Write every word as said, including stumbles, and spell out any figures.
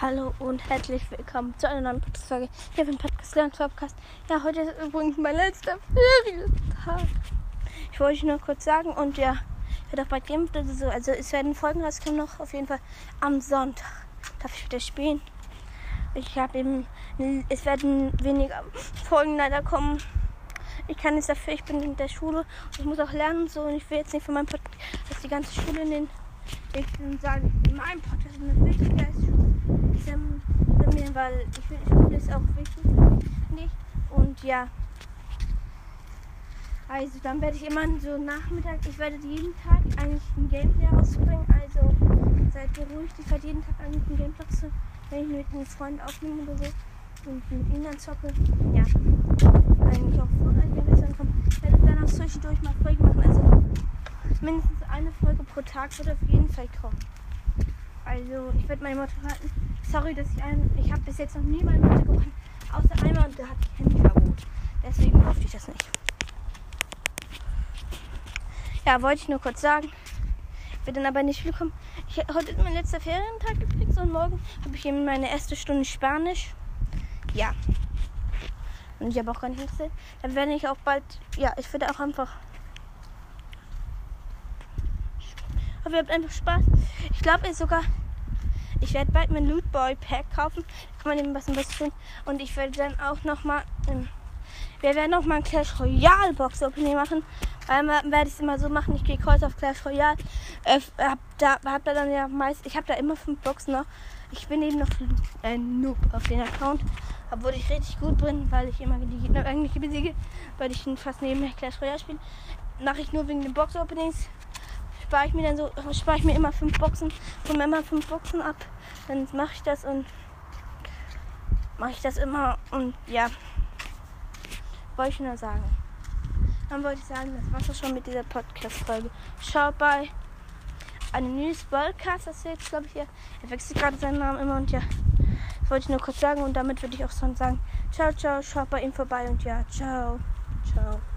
Hallo und herzlich willkommen zu einer neuen Podcast-Folge hier beim Podcast Lernen Podcast. Ja, heute ist übrigens mein letzter Ferientag. Ich wollte euch nur kurz sagen und ja, ich werde auch bald geimpft oder so. Also es werden Folgen rauskommen noch, auf jeden Fall am Sonntag darf ich wieder spielen. Ich habe eben, es werden weniger Folgen leider kommen. Ich kann nichts dafür, ich bin in der Schule und ich muss auch lernen und so. Und ich will jetzt nicht von meinem Podcast, dass die ganze Schule in den und sagen, mein Podcast ist mir wichtiger als für mir, weil ich finde, Schule ist auch wichtig für mich. Und ja, also dann werde ich immer so Nachmittag, ich werde jeden Tag eigentlich ein Gameplay rausbringen, also seid beruhigt, ich werde jeden Tag eigentlich ein Gameplay rausbringen, wenn ich mit einem Freund aufnehme oder so und mit ihnen dann zocke. Ja, eigentlich auch Fortnite-Gameplays ankommen. Ich werde dann auch zwischendurch mal Folgen machen, also mindestens eine Folge pro Tag wird auf jeden Fall kommen. Also ich werde meine Motto halten. Sorry, dass ich ein, ich habe bis jetzt noch nie meine Motto gemacht, außer einmal und da hatte ich Handyverbot. Deswegen durfte ich das nicht. Ja, wollte ich nur kurz sagen. Ich werde dann aber nicht willkommen. Ich, heute ist mein letzter Ferientag übrigens und morgen habe ich eben meine erste Stunde Spanisch. Ja. Und ich habe auch gar nicht gesehen. Dann werde ich auch bald, ja, ich werde auch einfach. Aber ihr habt einfach Spaß. Ich glaube sogar, ich werde bald mein Loot Boy Pack kaufen. Da kann man eben was ein bisschen. Und ich werde dann auch nochmal, ähm, wir werden nochmal ein Clash Royale Box Opening machen. Weil werde ich es immer so machen, ich gehe kurz auf Clash Royale. Äh, hab da, hab da dann ja meist, ich habe da immer fünf Boxen noch. Ich bin eben noch ein Noob auf den Account. Obwohl ich richtig gut bin, weil ich immer die Gegner eigentlich besiege. Weil ich fast nebenher Clash Royale spiele. Mache ich nur wegen den Box Openings. Spare ich mir dann so, spare ich mir immer fünf Boxen, komme immer fünf Boxen ab, dann mache ich das und mache ich das immer und ja, wollte ich nur sagen. Dann wollte ich sagen, das war's auch schon mit dieser Podcast-Folge. Schaut bei Anonymes Podcast, das ist jetzt, glaube ich, hier, er wechselt gerade seinen Namen immer und ja, das wollte ich nur kurz sagen und damit würde ich auch schon sagen, ciao, ciao, schaut bei ihm vorbei und ja, ciao, ciao.